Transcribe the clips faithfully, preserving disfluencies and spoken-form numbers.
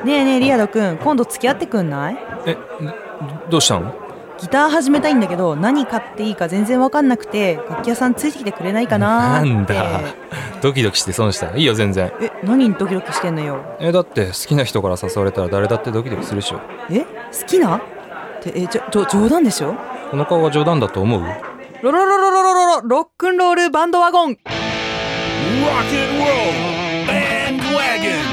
ねえねえリアドくん、今度付き合ってくんない？ え、どうしたの？ ギター始めたいんだけど何買っていいか全然わかんなくて、楽器屋さんついてきてくれないかなーって。 なんだ、ドキドキして損した。いいよ全然。 え、何にドキドキしてんのよ。 え、だって好きな人から誘われたら誰だってドキドキするでしょ。 え、好きなってえ、ちょ、ちょ、冗談でしょ？ この顔は冗談だと思う？ ロロロロロロロロロックンロールバンドワゴン。 Rock and roll bandwagon.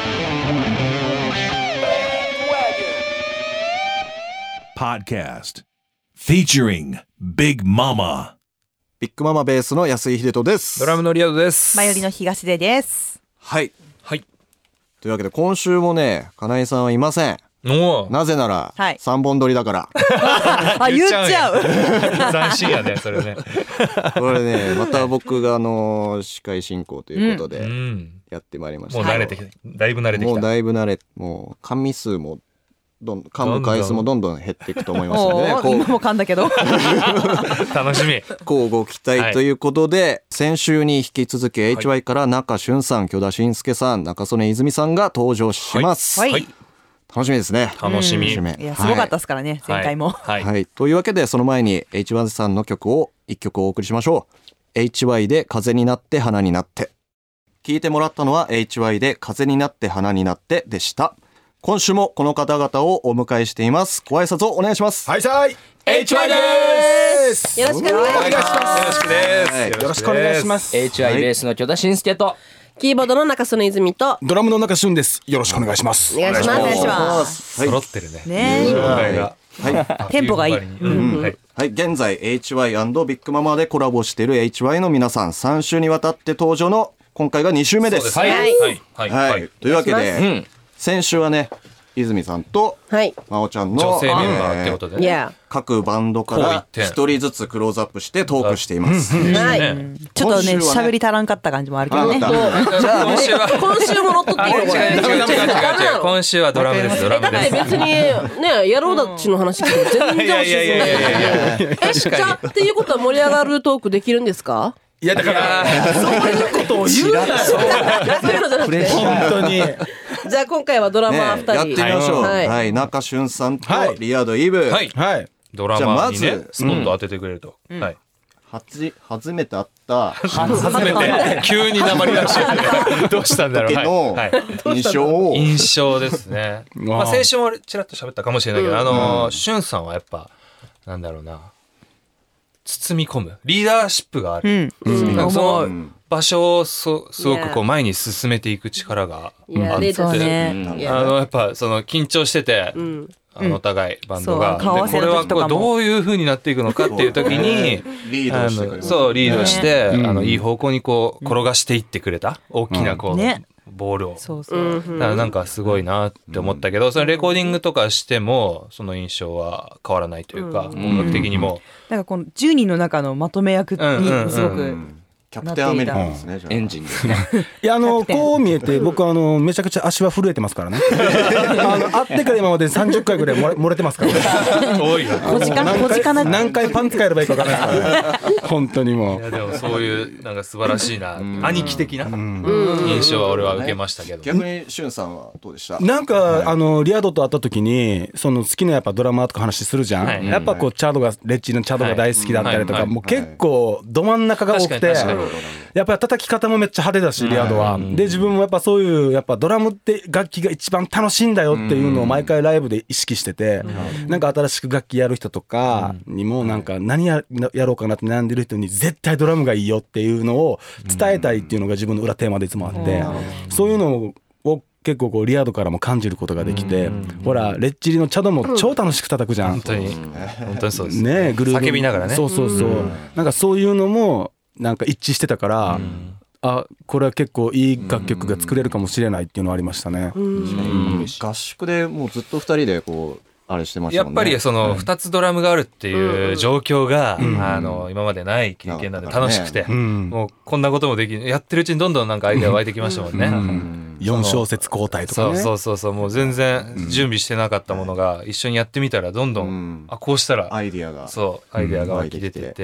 Podcast featuring Big Mama。 ビッグママベースの安井秀人です。 ドラムのリアドです。 バイオリの東出です。 はいはい。 というわけで今週もね、金井さんはいません。 おなぜなら、はい、さんぼん撮りだからあ、言っちゃう斬新やねそれねこれね、また僕があの司会進行ということでやってまいりました、 うん、もう慣れてきた、だいぶ慣れてきた。 もうだいぶ慣れ、もう噛み数もどん噛む回数もどんどん減っていくと思いますので、ね、 こう今も噛んだけど楽しみ。 こうご期待ということで、はい、先週に引き続き エイチワイ から中俊さん、許田慎介さん、中曽根泉さんが登場します。 はい、はい楽しみですね。 楽しみ。 いや、すごかったですからね、はい、前回も、 はいはい、というわけでその前に エイチワイ さんの曲をいっきょくお送りしましょう。 エイチワイ で風になって花になって。聞いてもらったのは エイチワイ で風になって花になってでした。今週もこの方々をお迎えしています。ご挨拶をお願いします。 はいさい エイチワイ です。 よろしくお願いします。 よろしくです、 はい、よろしくお願いします。 エイチワイ ベースの許田慎介とキーボードの中曽根泉とドラムの中俊です。よろしくお願いします。 お願いします。お願いします。 揃ってるね。 ねえ。 はい。 テンポがいい。 うんはい。はい。現在 エイチワイ& ビッグママでコラボしている エイチワイ の皆さん、さん週にわたって登場の今回がに週目です。 はいはいはい。はい。というわけで、うん、先週はね、泉さんと真央ちゃんの女性メンバーってことで、ね、 各バンドから一人ずつクローズアップしてトークしています。 はい。ちょっとね喋り足らんかった感じもあるけどね。じゃあ今週は今週も乗っ取っていいの？ 違う違う違う違う。今週はドラムです。ドラムです。 だって別にね野郎だっちの話聞いて全然教えてない。え、じゃあっていうことは盛り上がるトークできるんですか？ いやだからそういうことを言うなよ。 そういうのじゃなくて本当に。 じゃあ今回はドラマーふたり、 ね、やってみましょう。はい、はい、中俊さんとリアドイブ、 はいはい、ドラマーにねスポット当ててくれると、うん、はい。 初初めて会った初めて急に訛り出してどうしたんだろう。 はい、印象を印象ですね。まあ先週もちらっと喋ったかもしれないけど、うん、あの俊さんはやっぱなんだろうな。包み込むリーダーシップがある、うん、なんかその場所をそすごくこう前に進めていく力があって、 ね、 あのやっぱその緊張してて、うん、あのお互いバンドが、うん、でこれはこうどういう風になっていくのかっていう時にリードしてくれる、 そうリードして、うん、あのいい方向にこう転がしていってくれた大きなこう、うんね、ボールをそうそうだからなんかすごいなって思ったけど、そのレコーディングとかしてもその印象は変わらないというか、音楽的にもなんかこのじゅうにんの中のまとめ役にすごくキャプテンアメリカンですね。 エンジンですね。 いやあのこう見えて僕はあのめちゃくちゃ足は震えてますからね。あの会ってから今までさんじゅっかいぐらい漏れ、漏れてますからね。 多いな。 小鹿な何回パンツ変えればいいか分からないですからね。本当にもう。 いやでもそういうなんか素晴らしいな兄貴的な印象は俺は受けましたけど。 逆に俊さんはどうでした？ なんか、はい、あのリアドと会った時にその好きなやっぱドラマーとか話するじゃん。はい、やっぱこうチャドがレッチリのチャドが大好きだったりとか、はい、もう結構ど真ん中が多くて。やっぱり叩き方もめっちゃ派手だしリアドは、で自分もやっぱそういうやっぱドラムって楽器が一番楽しいんだよっていうのを毎回ライブで意識してて、なんか新しく楽器やる人とかにもなんか何やろうかなって悩んでる人に絶対ドラムがいいよっていうのを伝えたいっていうのが自分の裏テーマでいつもあって、そういうのを結構こうリアドからも感じることができて、ほらレッチリのチャドも超楽しく叩くじゃん。 本当に本当にそうですね。グルーヴ叫びながらね。 そうそうそう。なんかそういうのもなんか一致してたから、うん、あこれは結構いい楽曲が作れるかもしれないっていうのはありましたね。うんうん、合宿でもうずっとふたりでこうあれしてましたもんね。 やっぱりそのふたつドラムがあるっていう状況が、うん、あの今までない経験なんで楽しくて、うん、もうこんなこともできるやってるうちにどんどんなんかアイデア湧いてきましたもんね。うん、 よん小節交代とかね。 そうそうそう、もう全然準備してなかったものが一緒にやってみたらどんどん、うん、あこうしたらアイデアがそうアイデアが湧き出てて、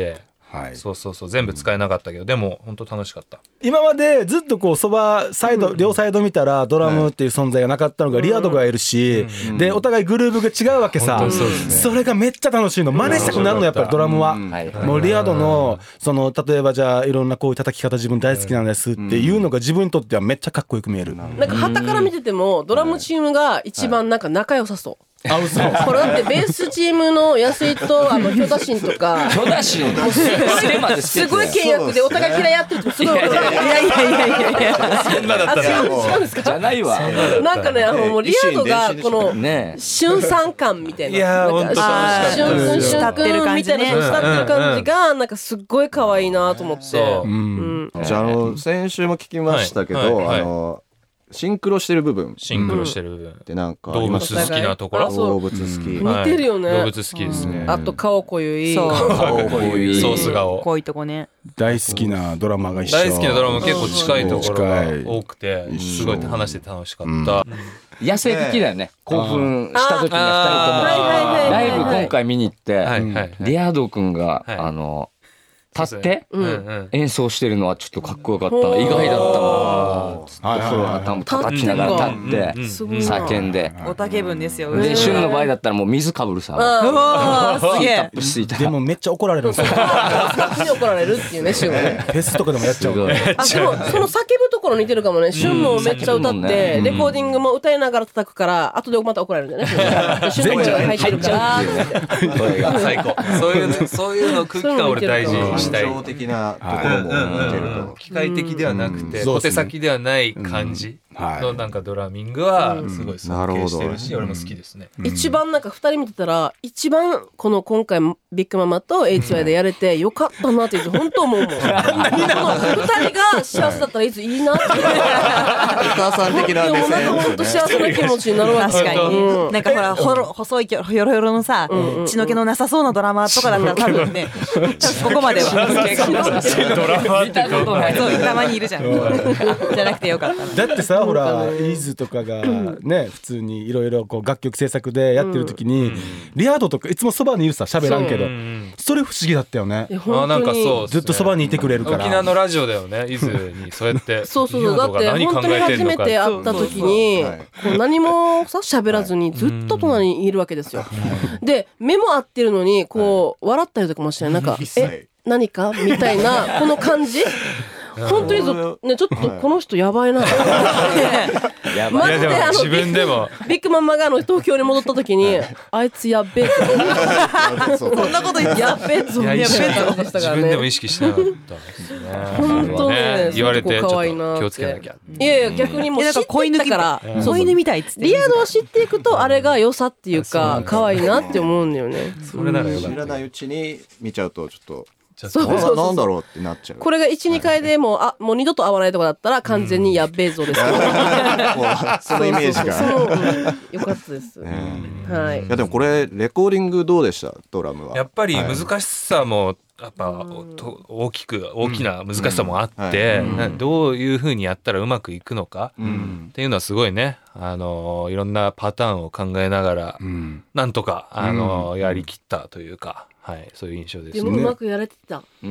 はい、 そうそうそう全部使えなかったけど、でも本当楽しかった。 今までずっとこうそばサイド、うん、両サイド見たらドラムっていう存在がなかったのがリアドがいるし、うん、でお互いグルーヴが違うわけさ、うん、それがめっちゃ楽しいの。真似したくなるのやっぱりドラムは、うん、もうリアドのその例えばじゃあいろんなこういう叩き方自分大好きなんですっていうのが自分にとってはめっちゃかっこよく見える。 なんか旗から見ててもドラムチームが一番なんか仲良さそう。 あ、嘘。 これだってベースチームの安井とあの巨打神とか巨打神すごい契約でお互い嫌いやってるってすごい。いやいやいやいやいやそんなだったら違うんですか。 じゃないわ。 なんかね、あのもうリアドがこの瞬間感みたいな、 いや本当楽しかった。 瞬瞬間みたいな慕ってる感じがなんかすっごい可愛いなと思って。 じゃああの先週も聞きましたけど、あのシンクロしてる部分シンクロしてる部分ってなんか動物好きなところ。 動物好き、 似てるよね。 動物好きですね。 あと顔濃ゆい、 顔濃ゆいソース顔濃いとこね。 大好きなドラマが一緒。 大好きなドラマ結構近いところが多くてすごい話して楽しかった。 野生的だよね。興奮した時にふたりともライブ今回見に行ってリアド君があの立って演奏してるのはちょっとかっこよかった。意外だったわ。ずっとフロア頭叩きながら立って叫んで。 おたけ分ですよ。 で旬の場合だったらもう水かぶるさ。 すげえ。 でもめっちゃ怒られるんですよ。 そっちに怒られるっていうね、旬はね。 フェスとかでもやっちゃう。あ、でもその叫ぶところ似てるかもね。旬もめっちゃ歌ってレコーディングも歌いながら叩くから後でまた怒られるんだよね。旬の声が入ってるから。 最高。そういうそういうの空気感俺大事にしたい。 感情的なところも似てると。 機械的ではなくて小手先ではない感じのなんかドラミングはすごい尊敬してるし俺も好きですね。 一番なんかふたり見てたら一番この今回ビッグママと エイチワイ でやれてよかったなって本当思うもん。ふたりが幸せだったらいついいなってお母さん的な目線。 本当幸せな気持ちになるわ。 確かになんかほら細いひょろひょろのさ血の気のなさそうなドラマとかだったら多分ねここまではドラマってことない。 そうたまにいるじゃん。じゃなくてよかった。 だってさほらイーズとかがね普通にいろいろこう楽曲制作でやってる時にリアードとかいつもそばにいるさ喋らんけどそれ不思議だったよね。 あなんかそうずっとそばにいてくれるから。 沖縄のラジオだよね伊豆にそうやってそうそうそうだって本当に初めて会った時にこう何もさ喋らずにずっと隣にいるわけですよ。で目も合ってるのにこう笑ったりとかもしてなんかえ何かみたいなこの感じ本当にぞ、ね、ちょっとこの人やばいなやばい。いやでも自分でもビッグママがあの東京に戻った時にあいつやっべえぞそんなこと言ってやっべえぞやっべえぞ自分でも意識しなかったですね。 本当ね言われてちょっと気をつけなきゃ。 いやいや逆にもう知ってたから子犬みたいっつってリアドを知っていくとあれが良さっていうか可愛いなって思うんだよね。 それならよかった。 知らないうちに見ちゃうとちょっとそうそうそうなんだろうってなっちゃう。 これが いち,に 回でもうあもう二度と会わないとかだったら完全にやっべえぞですよ。 そのイメージがそうそうそう、うん、よかったです、はい。 いやでもこれレコーディングどうでしたドラムは。 やっぱり難しさもやっぱ大きく大きな難しさもあってどういう風にやったらうまくいくのかっていうのはすごいねあのいろんなパターンを考えながらなんとかあのやりきったというか。はい、そういう印象ですね。 でもうまくやれてた。うん、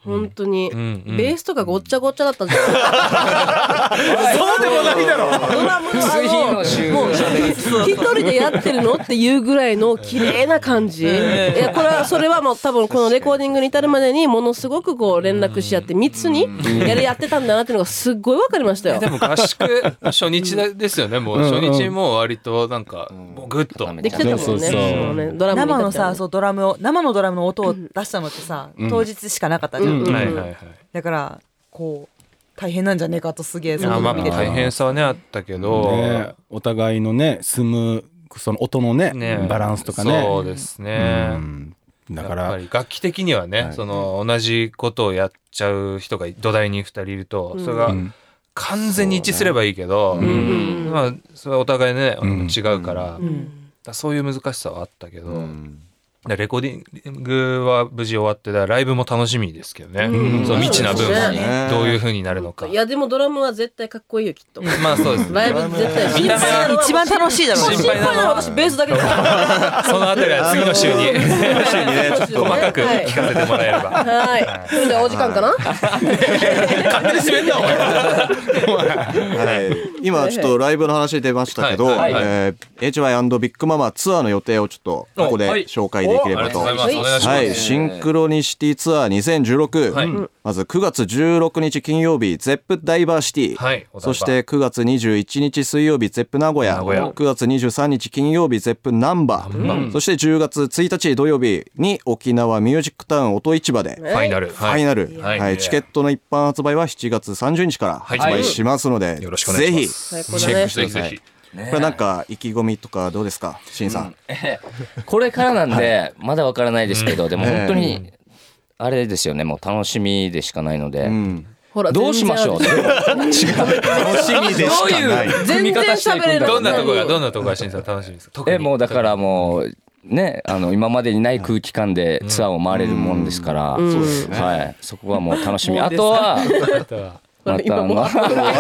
本当に、うんうん、ベースとかごっちゃごっちゃだったじゃん。 そうでもないだろ。 ドラムのあのもう一人でやってるのっていうぐらいの綺麗な感じ。いやこれはそれはもう多分このレコーディングに至るまでにものすごくこう連絡し合って密にやりやってたんだなっていうのがすっごいわかりましたよ。 でも合宿初日ですよね。もう初日も割となんかもうグッとできてたもんね。そうねドラム生のさそうドラムを生のドラムの音を出したのってさ、うん、当日しかなかったじゃん、うんはいはいはい、だからこう大変なんじゃねえかとすげえその見てた。 大変さはねあったけど、 ね、お互いのね住むその音のね、ねバランスとかねそうですね、うん、だからやっぱり楽器的にはね、はい、その同じことをやっちゃう人が土台にふたりいると、うん、それが完全に一致すればいいけど、うんうんまあ、それはお互いね、うん、違うから、うん、だそういう難しさはあったけど、うんレコーディングは無事終わってライブも楽しみですけどね、うん、そう未知な部分がねどういう風になるのか。 いやでもドラムは絶対かっこいいよきっと。 まあそうです、ね、 ライブ絶対みんな一番楽しいだろう。 心配なのは私ベースだけですそのあたりは次の週に次の週にねちょっと細かく聞かせてもらえれば。 はい、はい、それではお時間かな勝手に締めんなお前はい、今ちょっとライブの話出ましたけど、はいはいえー、エイチワイ& ビッグママツアーの予定をちょっとここで紹介できればと。はい、シンクロニシティツアーにせんじゅうろく、はい、まずくがつじゅうろくにち金曜日ゼップダイバーシティ、はい、そしてくがつにじゅういちにち水曜日ゼップ名古屋、くがつにじゅうさんにち金曜日ゼップナンバー、うん、そしてじゅうがつついたち土曜日に沖縄ミュージックタウン音市場でファイナル、 ファイナル、はいはい、チケットの一般発売はしちがつさんじゅうにちから発売しますので、はい、よろしくお願いします。ぜひチェックしてください。ね、これなんか意気込みとかどうですか、しんさん、うんえー、これからなんで、はい、まだわからないですけど、うん、でも本当にあれですよね、もう楽しみでしかないので、うん、ほらどうしましょう。違う楽しみでしかない。 組み方していくんだ。 どんなところがどんなところがしんさん楽しみですか。 えもうだからもうね、あの今までにない空気感でツアーを回れるもんですから、うんうん、はい、そこはもう楽しみ。あとはまたあの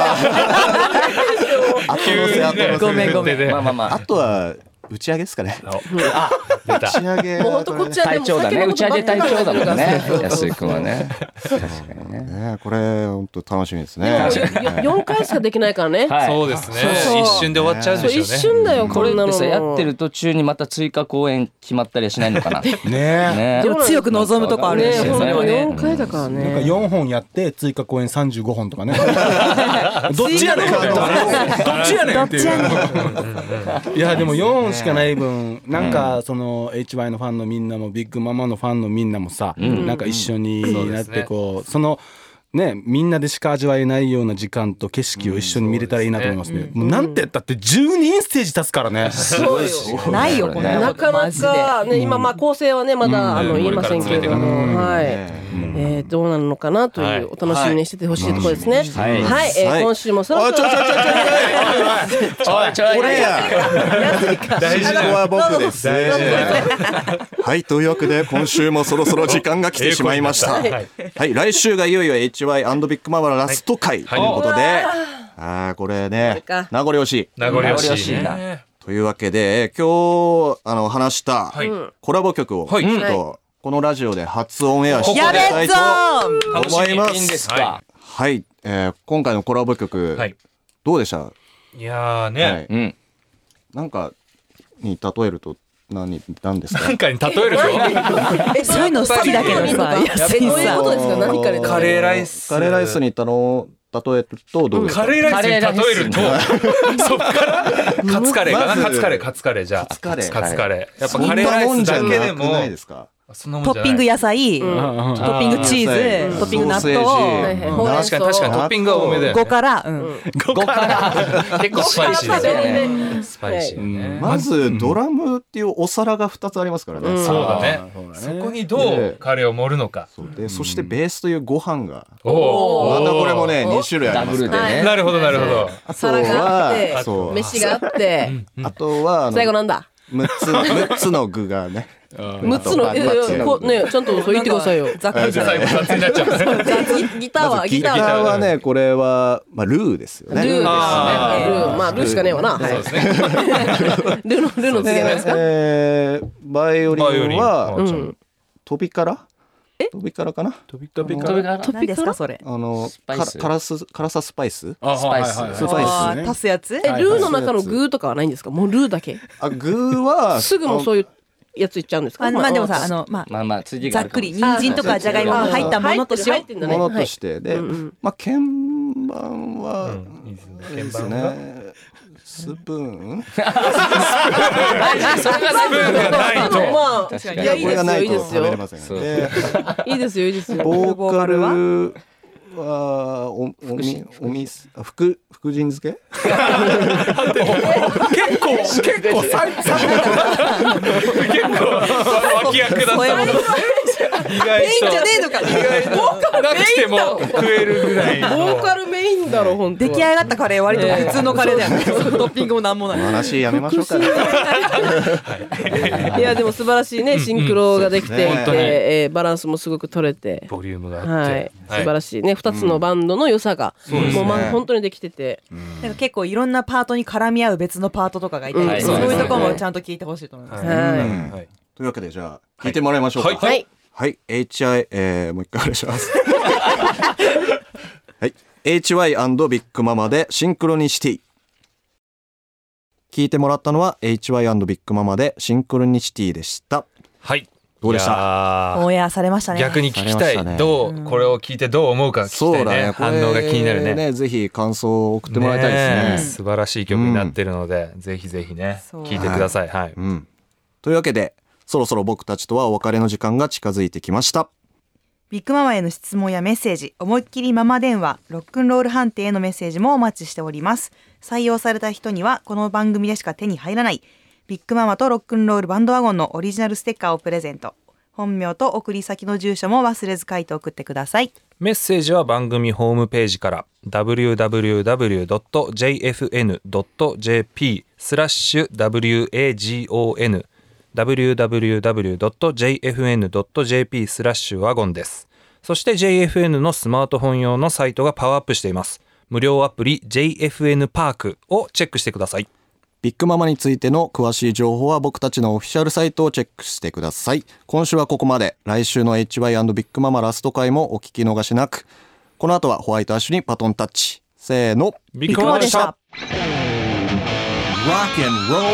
ごめんごめん。 まあまあまあ。 あとは打ち上げですかね。 あ、出た。 打ち上げ。 もう本当こっちは隊長だね。打ち上げ隊長だもんね。安井君はね。確かにね。 ね、これ本当楽しみですね。 よんかいしかできないからね。 そうですね。一瞬で終わっちゃうでしょうね。 一瞬だよこれなの。 やってる途中にまた追加公演決まったりはしないのかな。 ね。でも強く望むとこあるね。よんかいだからね。 なんかよんほんやって追加公演さんじゅうごほんとかね。どっちやねん。どっちやねん。どっちやねん。いやでもよんしかない分なんかその エイチワイ のファンのみんなもビッグママのファンのみんなもさ、うん、なんか一緒になってこうそのねみんなでしか味わえないような時間と景色を一緒に見れたらいいなと思いますね。もうなんて言ったってじゅうにんステージ立つからね。 すごいよ。 ないよこれ。 なかなかね今まあ構成はねまだあの言えませんけれども、はい、えどうなるのかなというお楽しみにしててほしいところですね。はいはい、今週もそろそろちょちょちょちょちょこれや大事なのは僕です。はいというわけで今週もそろそろ時間が来てしまいました。はい来週がいよいよ エイチワイ& ビッグママのラスト回ということで、あこれね名残惜しい名残惜しいというわけで今日あの話したコラボ曲をちょっとこのラジオで初オンエアしていきたいと思います。はい、えー、今回のコラボ曲、はい、どうでした？ いやーね、はいうん、 なんかに例えると何なんですか？ なんかに例えるとえそういうの好きだけどさ、 安井さん、どういうことですか？何かでカレーライスカレーライスに行ったの例えるとどうですか？ カレーライスに例えるとそっからカツカレーかな、カツカレーカツカレーじゃあカツカレーカツカレーやっぱカレーライスだけでもトッピング野菜、トッピングチーズ、トッピング納豆、 確かに確かにトッピングは多めだよね。 ごからごから結構スパイシーだね。スパイシーね。 まずドラムっていうお皿がふたつありますからね。 そうだね。そこにどうカレーを盛るのか。 でそしてベースというご飯がまたこれもねに種類ありますね。 なるほどなるほど。 皿があって飯があってあとは最後なんだむっつむっつの具がねむっつのえこねちゃんとそう言ってくださいよ。 ざっくり最後雑になっちゃった。 ギターはギターはねこれはまあルーですよね。 ルーですね。ルーまあルーしかねえわな。そうですね。ルーのルーの次は何ですか？ えバイオリンは飛びから飛びからかな。 飛び飛びから何ですかそれ？ あの辛ス辛さスパイス？ スパイススパイス足すやつ？ えルーの中の具とかはないんですか？もうルーだけ。 あ具はすぐもそういうやついっちゃうんですか？ あまあでもさあのまあまあまあざっくり人参とかじゃがいもが入ったものとしよう。 ものとしてでまあ鍵盤はですね。スプーン？ それがスプーンがないと。 まあ確かにいやいいですよいいですよ。いいですよいいですよ。 ボーカルはおおみおみ福福神漬け？ 結構結構最初結構脇役だったもの。 意外メインじゃねえのか。ボーカルなくても食えるぐらいのボーカルメインだろ本当。 出来上がったカレー割と普通のカレーだよね。トッピングもなんもない。 話やめましょうかね。 いやでも素晴らしいねシンクロができていて、えーバランスもすごく取れて、 ボリュームがあって、 はい、素晴らしいね。二つのバンドの良さがもうま本当にできてて、 なんか結構いろんなパートに絡み合う別のパートとかがいて、そういうところもちゃんと聞いてほしいと思います。 はい。 というわけでじゃあ聞いてもらいましょうか。 はい。 はい、エイチアイ、えー、もう一回お願いします。はい、エイチワイ& ビッグママでシンクロニシティ。聞いてもらったのは エイチワイ& ビッグママでシンクロニシティでした。 はい。 どうでした？ オンエアされましたね。 逆に聞きたい。ね、どうこれを聞いてどう思うか聞きたいね。ね反応が気になるね。 ねぜひ感想を送ってもらいたいですね。 ね素晴らしい曲になってるので、うん、ぜひぜひね聞いてください。はい。はいうん、 というわけでそろそろ僕たちとはお別れの時間が近づいてきました。 ビッグママへの質問やメッセージ、思いっきりママ電話、ロックンロール判定へのメッセージもお待ちしております。採用された人にはこの番組でしか手に入らないビッグママとロックンロールバンドワゴンのオリジナルステッカーをプレゼント。本名と送り先の住所も忘れず書いて送ってください。 メッセージは番組ホームページから ダブリューダブリューダブリュードットジェイエフエヌドットジェーピー スラッシュ ダブリューエージーオーエヌ ダブリューダブリューダブリュードットジェイエフエヌドットジェーピー スラッシュワゴンです。そして ジェイエフエヌ のスマートフォン用のサイトがパワーアップしています。無料アプリ ジェイエフエヌ パークをチェックしてください。 ビッグママについての詳しい情報は僕たちのオフィシャルサイトをチェックしてください。今週はここまで。来週の エイチワイ& ビッグママラスト回もお聞き逃しなく。この後はホワイトアッシュにバトンタッチ。せーの、 ビッグママでした。 Rock and Roll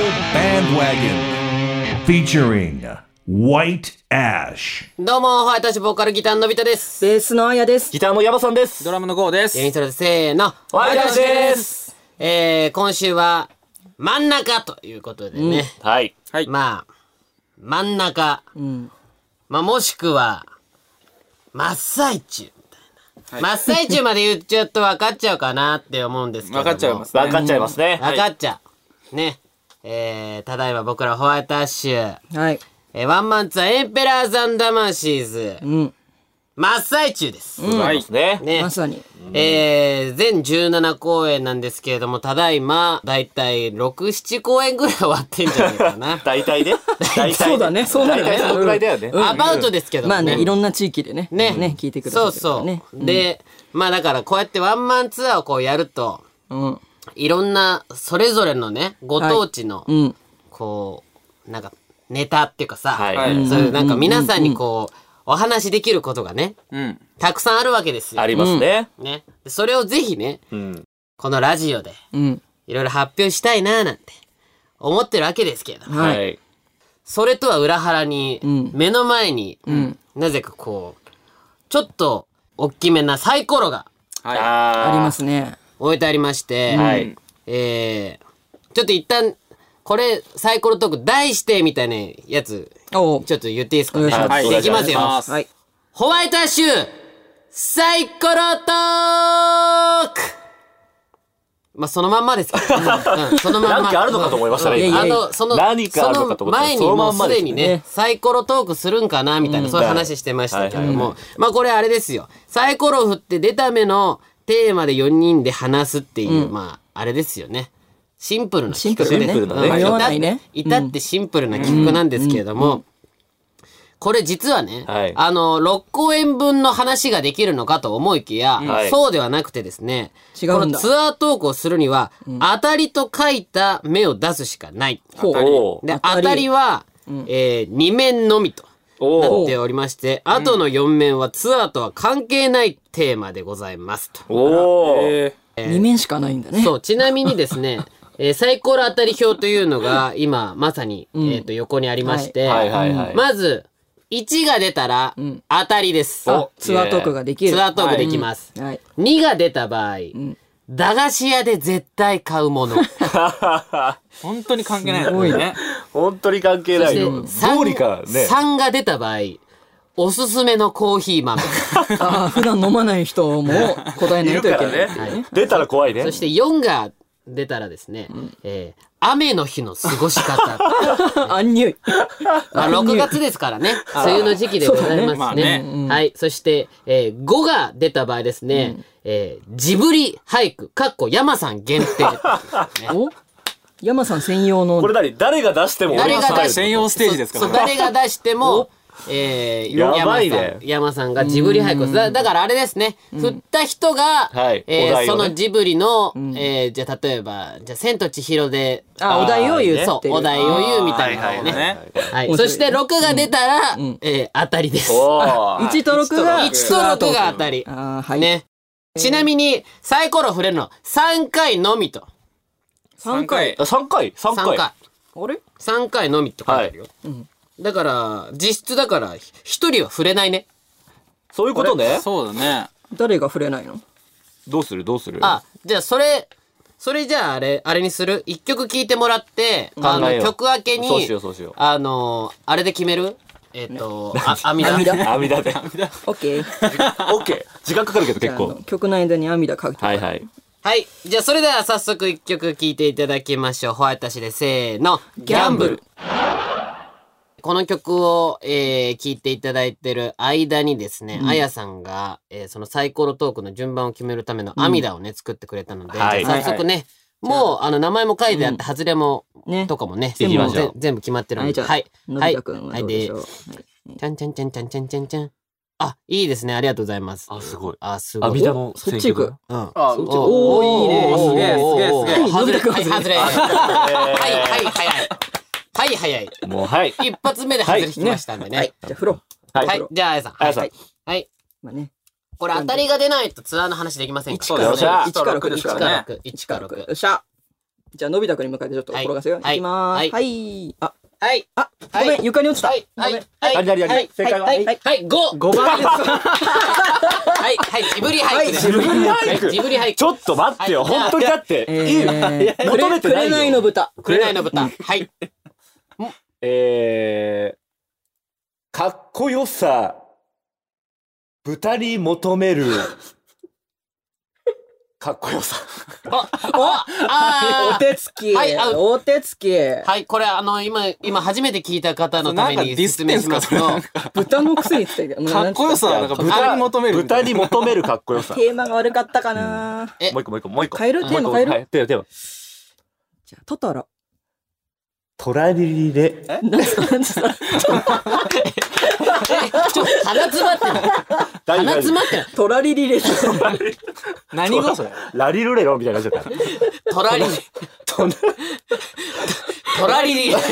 Bandwagon featuring White Ash。 どうもホワイトアッシュボーカルギターののび太です。 ベースのあやです。 ギターの山さんです。 ドラムのゴーです。 ユニットでせーの、 ホワイトアッシュです。 えー、今週は真ん中ということでね、 うん、はい、 はい、まあ真ん中、うん、まあもしくは真っ最中みたいな、はい、真っ最中まで言っちゃうと分かっちゃうかなって思うんですけども分かっちゃいますね分かっちゃいますね分かっちゃう、ねえー、ただいま僕らホワイトアッシュ、はいえー、ワンマンツアーエンペラーズ&ダマシーズ、うん真っ最中です。 うん、はいね。 ね。まさに。 えー、全じゅうなな公演なんですけれども、ただいま、だいたいろく、なな公演ぐらい終わってんじゃないかな。 大体ね。 大体そうだね。そうだね。 大体そのぐらいだよね。 アバウトですけどね。まあね、いろんな地域でね。ね。ね、聞いてください。 そうそう。で、まあだからこうやってワンマンツアーをこうやると、うん、いろんな、それぞれのね、ご当地の、こう、なんか、ネタっていうかさ、そういうなんか皆さんにこう、お話できることがね、うん、たくさんあるわけですよ。 ありますね。 うん、ね。それをぜひね、うん、このラジオで、いろいろ発表したいなーなんて思ってるわけですけれども、はい、それとは裏腹に、うん、目の前に、うん、なぜかこう、ちょっと大きめなサイコロが、 はい、ありますね。 置いてありまして、はい、えー、ちょっと一旦、これサイコロトーク題してみたいなやつちょっと言っていいですかね。はい、いきますよ。はい、ホワイトアッシュサイコロトーク。まあそのまんまですけど、ねうん、そのまんま。 何かあるのかと思いましたね。 あのその何かあるのかと思った。その前にもうすでにねサイコロトークするんかなみたいな、うん、そういう話してましたけども、はいはい、まあこれあれですよ。サイコロ振って出た目のテーマでよにんで話すっていう、うん、まああれですよね。シンプルな企画で、ね、至ってシンプルな企画なんですけれども、これ実はね、はい、あのろっ公演分の話ができるのかと思いきや、はい、そうではなくてですね、このツアートークをするには、うん、当たりと書いた目を出すしかない。当たりで当たりは、うんえー、に面のみとなっておりまして、あとのよん面はツアーとは関係ないテーマでございますと。 おー、えー、に面しかないんだね。 そう、ちなみにですねえー、サイコロ当たり表というのが今まさに、うん、えー、と横にありまして、はいはいはいはい、まずいちが出たら当たりです、うん、 ツアートークができる。 ツアートークできます、はい、にが出た場合、うん、駄菓子屋で絶対買うもの本当に関係ないのね。 本当に関係ないよ。 どうにかね。さんが出た場合おすすめのコーヒー豆あ普段飲まない人も答えないといけない、 ねはい、出たら怖いね。 そしてよんが出たらですね、えー雨の日の過ごし方。 アンニュイ。 まあろくがつですからね。梅雨の時期でございますね。はい。そして、えー、ごが出た場合ですね、うん、えー、ジブリ俳句、かっこ山さん限定。ね、 お山さん専用の。 これ何誰が出しても誰が出して専用ステージですかそう誰が出しても、えー、 やばいね、 山さんがジブリ俳句だ。だからあれですね、振った人が、はいえーね、そのジブリの、うんえー、じゃあ例えばじゃあ千と千尋であお題を言うそうお題を言うみたいなのをね、はいはい、そしてろくが出たら、うんえー、当たりです。 いちとろくがいちとろくが当たり、はい、ね。ちなみにサイコロ振れるのさんかいのみと。 さんかいさんかいさんかいあれさんかいのみって書いてあるよ、はいうんだから実質だから一人は触れないね。 そういうことね。 そうだね。 誰が触れないの？ どうするどうする？ あ、じゃあそれそれじゃああれあれにする。一曲聴いてもらってあの曲明けにそうしようそうしようあのあれで決める。えっ、ー、とあ阿弥陀阿弥陀で。 オッケー。 オッケー。時間かかるけど結構。 曲の間に阿弥陀書く。 はいはい。 はい。じゃあそれでは早速一曲聴いていただきましょう。ホワイトシでせーのギャンブル。この曲を、えー、聴いていただいてる間にですね、あや、うん、さんが、えー、そのサイコロトークの順番を決めるための阿弥陀をね、作ってくれたので、はい、早速ね、はい、もうあの名前も書いてあって、外れも、うん、とかもね、全部全部決まってるので、はい。はい。はい。で、ちゃんちゃんちゃんちゃんちゃんちゃんちゃん。あ、いいですね。ありがとうございます。 あ、すごい。 あ、すごい。 阿弥陀のそっち行く。 うん。あ、 おー、いいね。 すげえ、すげえ、すげえ。 外れ、はい、外れ。はい、はい、早い。はい早い。 もうはい。 一発目で外れ引きましたんでね。はい。 じゃあ風呂。 はい。じゃああやさん。 あやさん。 はい。 まあね。 これ当たりが出ないとツアーの話できませんか。 いちからろく。いちからろくですからね。いちからろく。 よっしゃ。じゃあのび太くんに向かってちょっと転がせよ。いきまーす。はい。あ。 はい。 あ、ごめん床に落ちた。はい。 はい。 はい。はい。正解は。 はい。はい。ご。 ごばんです。 はい。はい。ジブリ俳句です。 ジブリ俳句。 ジブリ俳句。 ちょっと待ってよ。本当にだって。求めてないよ。 紅の豚。 紅の豚。はい。 えー、かっこよさ、豚に求める、かっこよさ。 あ、あ、 お手つき。はい、お手つき。 はい、これあの、今、今初めて聞いた方のために説明しますと、 豚のくせに伝えて。 かっこよさはなんか豚に求める。 豚に求めるかっこよさ。 テーマが悪かったかな。 え、もう一個もう一個もう一個。 変えるテーマ変える。 はい、テーマテーマ。 じゃあ、トトロ。 トラリリレ。 え何ですか何ですかちょ、鼻詰まってる。鼻詰まってる。 トラリリレ。 何語それラリルレロみたいになっちゃった。 トラリリ。トラリリレ。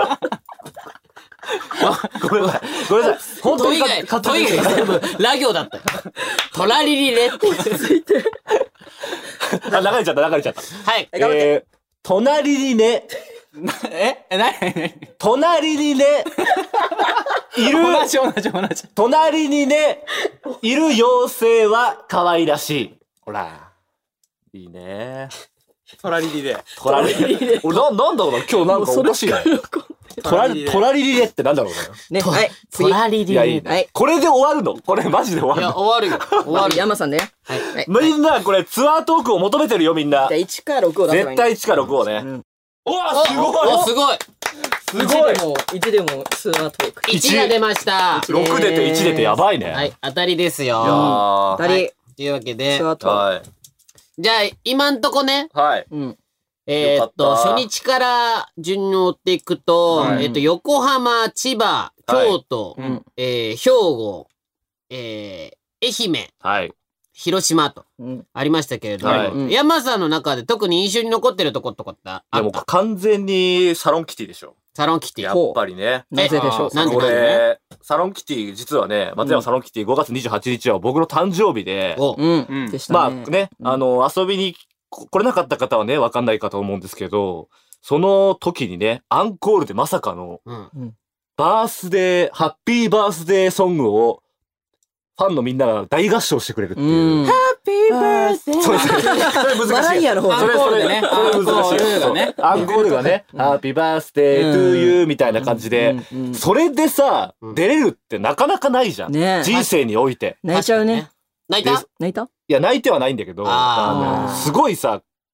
ごめんなさい。ごめんなさい。本当にトイが、トイが全部ラ行だった。トラリリレってついて。 あ、流れちゃった流れちゃった。 はい。 えー、隣にね。 ええ、なになに隣にね、いる、 同じ同じ同じ。 隣にね、いる妖精は可愛らしい。ほら、いいね。 トラリリレ。 トラリリレ。俺な、なんだろうな、今日なんかおかしいね。トラリ、トラリリレってなんだろうね。はい。 トラリリレ。 はい。これで終わるの？これマジで終わるの？ いや、終わるよ。終わる。 山さんね。 はい。 みんな、これツアートークを求めてるよ、みんな。 じゃあいちからろくを出せばいい。 絶対いちからろくをね。おわ、すごい。 お、すごい。 すごい。いちでも、いちでもツアートーク。 いちが出ました。 ろく出ていち出てやばいね。 はい、当たりですよ。 当たり。 というわけで。 ツアートーク。 じゃあ、今んとこね。 はい。 えっと、初日から順に追っていくと、えっと、横浜、千葉、京都、え兵庫、え愛媛。 はい。 広島とありましたけれども、はい、山さんの中で特に印象に残ってるとことかってあった？ でも完全にサロンキティでしょ。 サロンキティ。 やっぱりね。 なぜでしょう。 なんでこれサロンキティ実はね、松山サロンキティごがつにじゅうはちにちは僕の誕生日で、 うんでしたね。 まあね、あの遊びに来れなかった方はねわかんないかと思うんですけど、その時にねアンコールでまさかのバースデーハッピーバースデーソングをファンのみんなが大合唱してくれるっていう。 ハッピーバースデー。 そうです。それ難しい。 マライアの方。 それそれね。それ難しい。アンコールがね、ハッピーバースデートゥーユーみたいな感じで、それでさ出れるってなかなかないじゃん。人生において。 泣いちゃうね。 泣いた？ 泣いた？ いや泣いてはないんだけど、あのすごいさ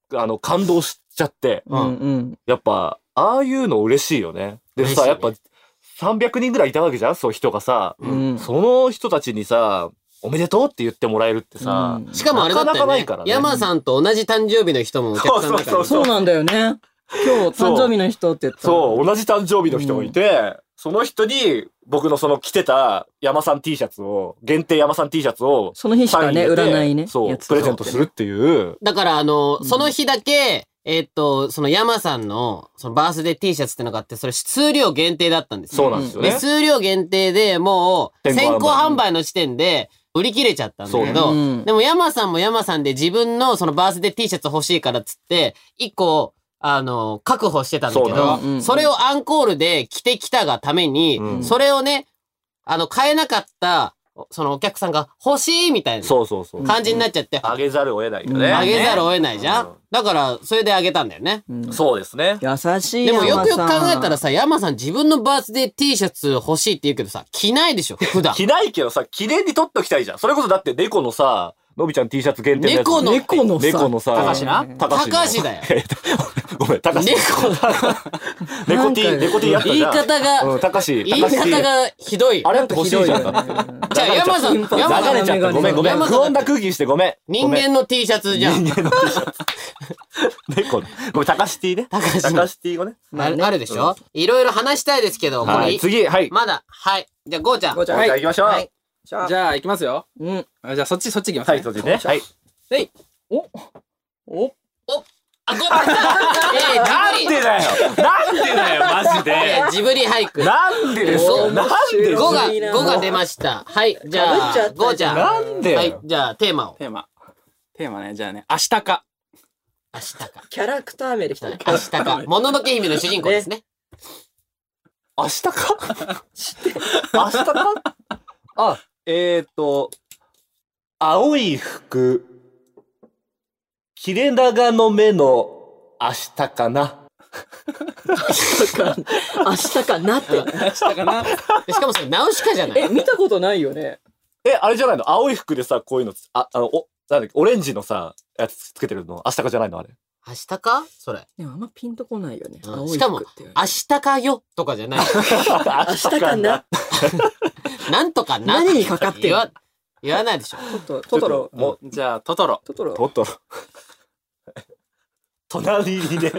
あの感動しちゃって、 うんうん、 やっぱああいうの嬉しいよね。でさ、ね、やっぱさんびゃくにんぐらいいたわけじゃん、そういう人がさ、うん、その人たちにさおめでとうって言ってもらえるってさ、 うん、しかもあれだったよね、なかなかないからね、山さんと同じ誕生日の人もお客さんだから、 そうそうそうそう、そうなんだよね。今日誕生日の人って言ったら、 そう、同じ誕生日の人もいて、うん、その人に僕のその着てた山さん T シャツを、限定山さん T シャツをその日しかね売らないね、 そうプレゼントするっていう。 だからあの、うん、その日だけえー、っとその山さんのそのバースデー T シャツってのがあって、それ数量限定だったんですよ。 そうなんですよね。 で数量限定でもう先行販売の時点で売り切れちゃったんだけど、うん、でも山さんも山さんで自分のそのバースデー T シャツ欲しいからっつっていっこあの確保してたんだけど、 そ, それをアンコールで着てきたがために、うん、それをねあの買えなかったそのお客さんが欲しいみたいな感じになっちゃって、 あげざるを得ないよね。 あげざるを得ないじゃん、うん、だからそれであげたんだよね、 うん、そうですね。 優しい。 でもよくよく考えたらさ、山さん自分のバースデー T シャツ欲しいって言うけどさ、着ないでしょ普段。 着ないけどさ、記念に取っときたいじゃん。それこそだって猫のさ、のびちゃん T シャツ限定のやつ。 猫の猫のさ、 猫のさ、 高橋な高橋だよ。 ごめん、高橋。 猫猫 T、猫 T やったじゃん。 言い方が、 うん、高橋。 言い方がひどい。 あれって欲しいじゃん。じゃあ山さん、山さん。流れちゃった。ごめんごめん。不穏な空気にしてごめん。 人間の T シャツじゃん。 人間の T シャツ。猫の。ごめん、高橋 T ね。 高橋。 高橋 T をね。 あるでしょ、いろいろ話したいですけど、これ。 次、はい。 まだ、はい。じゃあ、ゴーちゃん。 ゴーちゃん。 はい、行きましょう。 じゃあ、行きますよ。うん。じゃあ、そっち、そっち行きますね。 はい、そっちね。はい。 はい。おおおあ、ごめんなんでだよなんでだよマジでジブリ俳句。 なんでですかなんでごが、ごが出ました。はい、じゃあ、ゴーちゃん。 なんではい、じゃあ、テーマを。 テーマ。テーマね、じゃあね、明日か。 明日か。 キャラクター名できたね。 明日か。もののけ姫の主人公ですね。 明日か明日かあ、えーと、青い服。切れ長の目の明日かな。 明日かなって。 明日かな。 しかもそれナウシカじゃない。 え、見たことないよね。 え、あれじゃないの？青い服でさ、こういうの、あ、あの、お、なんだっけ、オレンジのさ、やつつけてるの、明日かじゃないのあれ。 明日かそれ。 でもあんまピンとこないよね。 うん、しかも、明日かよとかじゃない。 明日かな。 なんとかな。 何にかかってる？ 言わないでしょ。 トトロ。 もう、じゃあ、トトロ。 トトロ。 トトロ。隣にね。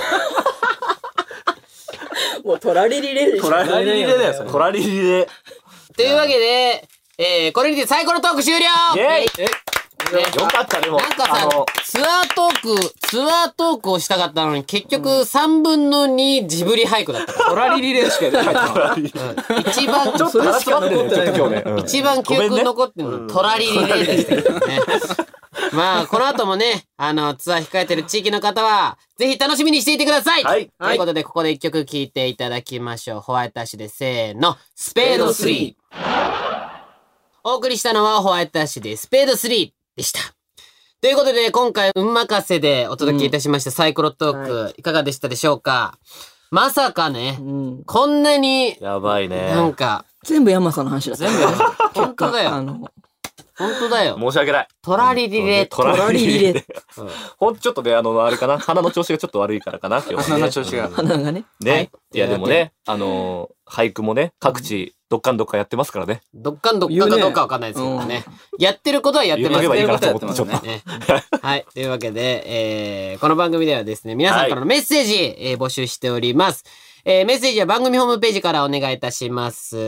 もうトラリリレでしょ。 トラリリレだよ、それ。トラリリレ。 というわけで、えー、これにてサイコロトーク終了。 イェイ。ね、よかったでもなんかさツアートークツアートークをしたかったのに結局さんぶんのにジブリ俳句だったから。 トラリリレしかやってない。 一番ちょっと話が残ってない今日ね。 一番記憶残ってるのトラリリレでしたけどね。まあこの後もねあのツアー控えてる地域の方はぜひ楽しみにしていてください。 はい。 ということでここで一曲聴いていただきましょう。ホワイトアッシュでせーのスペードスリー。お送りしたのはホワイトアッシュでスペードスリーでした。ということで今回運任せでお届けいたしましたサイコロトーク、うんはい、いかがでしたでしょうか。まさかね、うん、こんなにやばいね。 なんか全部山さんの話だった。 全部本当だよ。あの本当だよ。 申し訳ない。 トラリリレ。 トラリリレ。ほんとちょっとね、あの、あれかな。鼻の調子がちょっと悪いからかな。今日鼻の調子が。 鼻がね。 ね。いやでもね、あの、俳句もね、各地、どっかんどっかやってますからね。 どっかんどっかかどうかわかんないですけどね。やってることはやってます。 やってることはやってますね。 はい。というわけで、えー、この番組ではですね、皆さんからのメッセージ、えー、募集しております。えー、メッセージは番組ホームページからお願いいたします。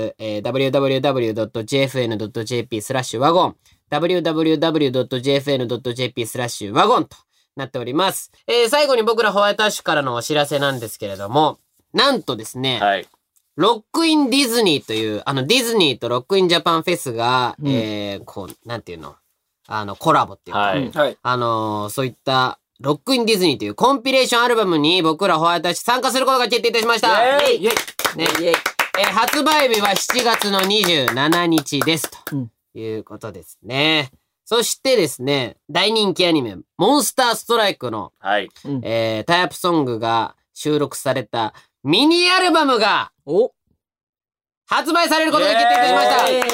えー、ダブリューダブリューダブリュードットジェーエフエヌドットジェーピー スラッシュワゴン ダブリューダブリューダブリュードットジェーエフエヌドットジェーピー スラッシュワゴンとなっております。えー、最後に僕らホワイトアッシュからのお知らせなんですけれども、なんとですね、 はい、 ロックインディズニーという、あのディズニーとロックインジャパンフェスが、うん、えー、こう、なんていうの、あのコラボっていうか、はい、あのー、そういったロックインディズニーというコンピレーションアルバムに僕らホワイトアッシュ参加することが決定いたしました。イエイイエイ、ね、イエイ、えー、発売日はしちがつのにじゅうしちにちですということですね。うん、そしてですね、大人気アニメモンスターストライクの、 はい、 えー、タイアップソングが収録されたミニアルバムが発売されることが決定いたしました。イエ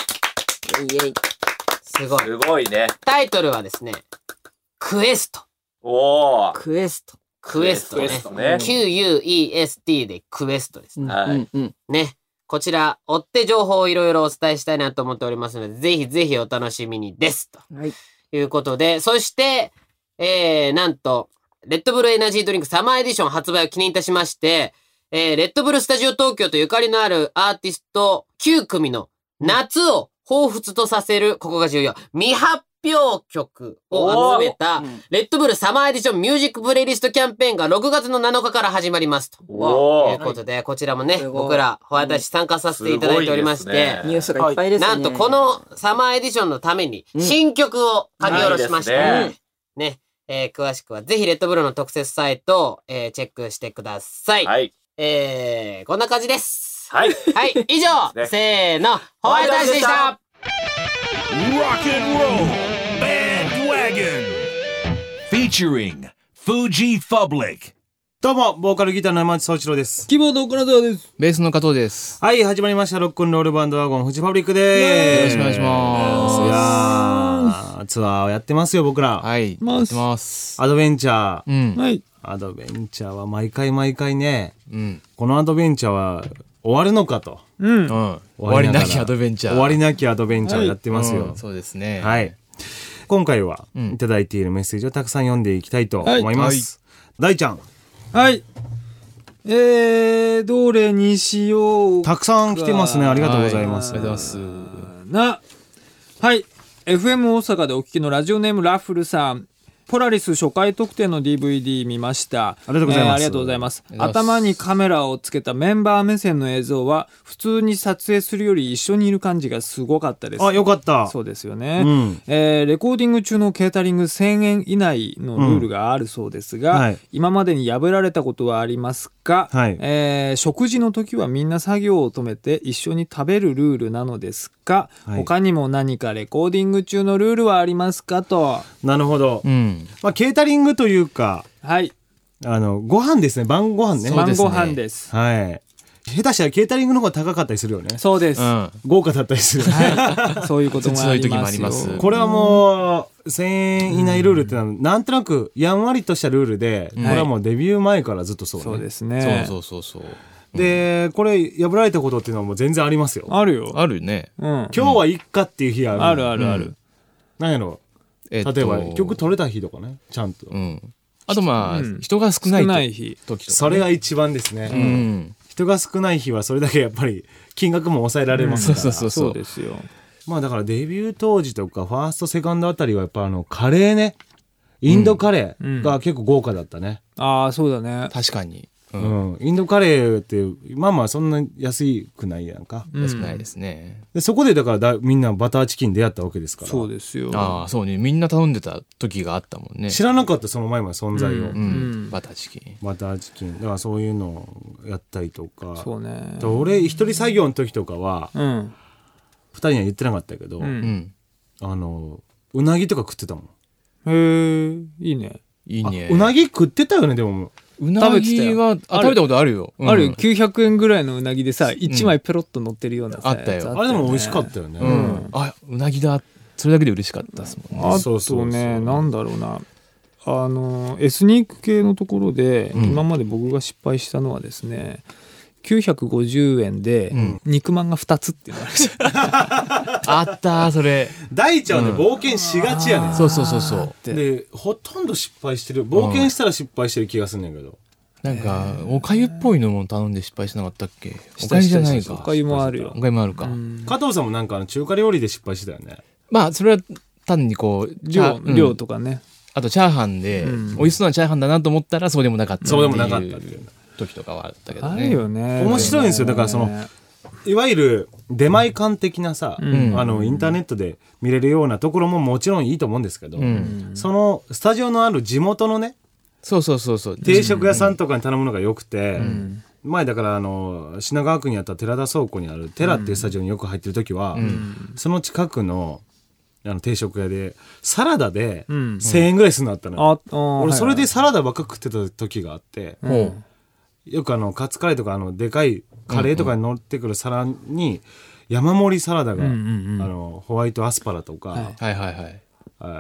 イイエイ、すごい。 すごいね。 タイトルはですね、クエスト。 おークエスト。クエストね。 クエストねキューユーイーエスティー でクエストですね。 はい。 ね。こちら、追って情報をいろいろお伝えしたいなと思っておりますので、ぜひぜひお楽しみにです。ということで、そして、えー、なんと、レッドブルエナジードリンクサマーエディション発売を記念いたしまして、えー、レッドブルスタジオ東京とゆかりのあるアーティストきゅうくみの夏を彷彿とさせる、ここが重要、未発表曲を集めた、レッドブルサマーエディションミュージックプレイリストキャンペーンがろくがつのなのかから始まりますと。ということで、こちらもね、僕ら、私参加させていただいておりまして、 ニュースがいっぱいですね。 なんとこのサマーエディションのために、新曲を書き下ろしました。ね。えー、詳しくはぜひレッドブルの特設サイトを、えー、チェックしてください。はい。えー、こんな感じです。 はい。 はい、以上、ね、せーの、ホワイトアイスでした。 Rock and Roll Bandwagon Featuring Fuji Public。 どうも、ボーカルギターの山内総一郎です。 キーボード金沢です。 ベースの加藤です。 はい、始まりました。ロックンロールバンドワゴンフジファブリックでーす。よろしくお願いします。 いやー、ツアーをやってますよ、僕ら。 はい、やってます。 アドベンチャー。 うん。 はい。 アドベンチャーは毎回毎回ね、 うん、 このアドベンチャーは終わるのかと。 うん。うん、終わりなきアドベンチャー。 終わりなきアドベンチャーをやってますよ。はいうん、そうですね。 はい。今回はいただいているメッセージをたくさん読んでいきたいと思います。はい、大ちゃん。 はい。えー、どれにしようか。 たくさん来てますね。ありがとうございます。 ありがとうございます。な、はい。エフエム 大阪でお聞きのラジオネームラッフルさん。ポラリス初回特典の ディーブイディー 見ました。 ありがとうございます。えー、 ありがとうございます。頭にカメラをつけたメンバー目線の映像は普通に撮影するより一緒にいる感じがすごかったです。 あ、よかった。 そうですよね。うん、えー、レコーディング中のケータリングせんえん以内のルールがあるそうですが、うん、はい、今までに破られたことはありますか、はい、えー、食事の時はみんな作業を止めて一緒に食べるルールなのですか、はい、他にも何かレコーディング中のルールはありますかと。 なるほど。 うん、 まあ、ケータリングというか、 はい、 あのご飯ですね。晩ご飯ね。 晩ご飯です。 はい。下手したらケータリングの方が高かったりするよね。 そうです。 うん、 豪華だったりする。 はい、そういうこともありますよ。ますこれはもうせんえん以内ルールってのは、うん、なんとなくやんわりとしたルールで、うん、これはもうデビュー前からずっとそうね。 そうですね。 そうそうそうそう。 でこれ破られたことっていうのはもう全然ありますよ。 あるよ。 あるね。 うん、 今日はいっかっていう日がある。 あるあるある。 なんやろ。例えば曲取れた日とかね、ちゃんと。 うん、あとまあ、うん、人が少ない日時とか、ね、 それが一番ですね。うん、人が少ない日はそれだけやっぱり金額も抑えられますから。 うん、そうそうそうそうですよ。 まあだからデビュー当時とかファーストセカンドあたりはやっぱあのカレーね、インドカレーが結構豪華だったね。 うん、ああそうだね。 確かに。 うんうん、インドカレーってまあまあそんな安くないやんか。 安くないですね。 でそこでだからだみんなバターチキン出会ったわけですから。 そうですよ。 ああそうね、みんな頼んでた時があったもんね。 知らなかったその前まで存在を、うんうん、バターチキンバターチキンだからそういうのをやったりとか。 そうね。 俺一人作業の時とかは、 うん、 ふたりには言ってなかったけど、うん、あのうなぎとか食ってたもん。 へえいいね。 いいね。 うなぎ食ってたよね。でもうなぎはあ食べたことあるよ。 あるよ、うん、きゅうひゃくえんぐらいのうなぎでさいちまいペロッと乗ってるようなさ、 うん、あったよ。 あれでも美味しかったよね。 うん、あうなぎだそれだけで嬉しかったですもんね。 あとねなんだろうなあのエスニック系のところで、うん、今まで僕が失敗したのはですねきゅうひゃくごじゅうえんで肉まんがふたつっていうのがありました、 うん、あったそれ大ちゃんね、うん、冒険しがちやね。 そうそうそうそうでほとんど失敗してる。冒険したら失敗してる気がするんだけど、 なんかおかゆっぽいのも頼んで失敗しなかったっけ。おかゆじゃないか。 おかゆもあるよ。 おかゆもあるか。 加藤さんもなんか中華料理で失敗してたよね。 まあそれは単にこう量、うん、量とかね。 あとチャーハンで、うん、美味しそうなチャーハンだなと思ったらそうでもなかったっていう。 そうでもなかったっていう時とかはあったけどね。 あるよね。 面白いんですよ。だからそのいわゆる出前館的なさ、うん、あのインターネットで見れるようなところももちろんいいと思うんですけど、うん、そのスタジオのある地元のね、 そうそうそうそう定食屋さんとかに頼むのがよくて、うん、前だからあの品川区にあった寺田倉庫にある寺っていうスタジオによく入ってる時は、うん、その近くのあの定食屋でサラダでせんえんぐらいするのあったのよ、うん、俺それでサラダばっか食ってた時があって、うん、よくあのカツカレーとかあのでかいカレーとかに乗ってくる皿に山盛りサラダが、うんうんうん、あのホワイトアスパラとか、 はいはいはい、 あ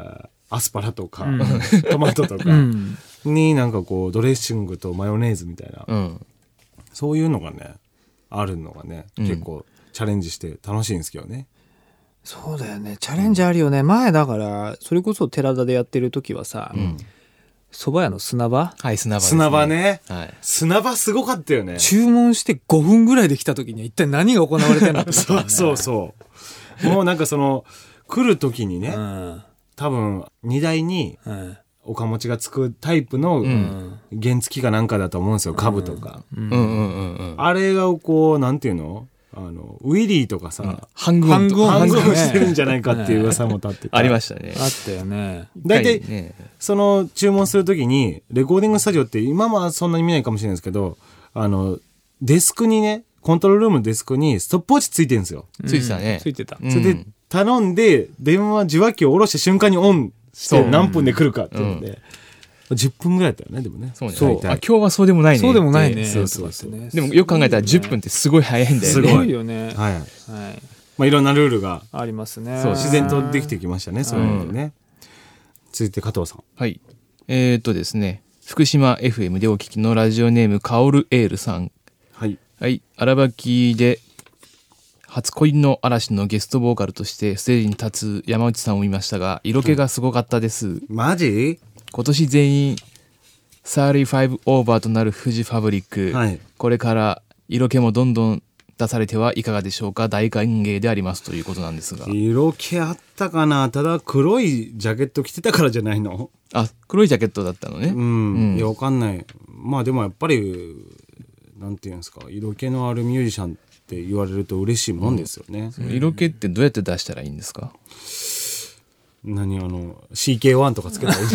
アスパラとか、うん、トマトとかになんかこうドレッシングとマヨネーズみたいな、うん、そういうのがねあるのがね、うん、結構チャレンジして楽しいんですけどね。 そうだよね、チャレンジあるよね。前だからそれこそ寺田でやってる時はさ、うん、蕎麦屋の砂場、 はい、砂場ですね、砂場ね、はい、砂場すごかったよね。 注文してごふんぐらいで来た時には一体何が行われてるのか、ね、 そうそうそうもうなんかその来る時にね、うん、多分荷台におかもちがつくタイプの原付かなんかだと思うんですよ、株とか、うんうんうんうん、あれがこうなんていうの、あのウィリーとかさ、うん、 半軍と半軍してるんじゃないかっていう噂も立ってたありましたね。 あったよね。 大体、ね、その注文するときにレコーディングスタジオって今はそんなに見ないかもしれないですけど、あのデスクにね、コントロールルームのデスクにストップウォッチついてるんですよ。 ついてたね、 ついてた。 それで頼んで電話受話器を下ろした瞬間にオンして何分で来るかっていうので、うん、じゅっぷんぐらいだったよね。でもね、 そうね、そう、あ、今日はそうでもないね、 そうでもないね。 そうそうそう、 でもよく考えたらじゅっぷんってすごい早いんだよね。 すごいよね。 はい、はい、まあ、いろんなルールがありますね。 そう、自然とできてきましたね、そういうのでね、うん、続いて加藤さん。 はい、えー、っとですね、福島 エフエム でお聞きのラジオネームカオルエールさん。 はい、 はい、荒垣で初恋の嵐のゲストボーカルとしてステージに立つ山内さんを見ましたが、色気がすごかったです、うん、 マジ？ 今年全員さんじゅうごオーバーとなるフジファブリック、はい、これから色気もどんどん出されてはいかがでしょうか。大歓迎でありますということなんですが。 色気あったかな。ただ黒いジャケット着てたからじゃないの？ あ、黒いジャケットだったのね。 うん、うん、いやわかんない。まあでもやっぱりなんていうんですか、色気のあるミュージシャンって言われると嬉しいもんですよね、 うん、色気ってどうやって出したらいいんですか？ 何、あの シーケーワン とかつけたらいい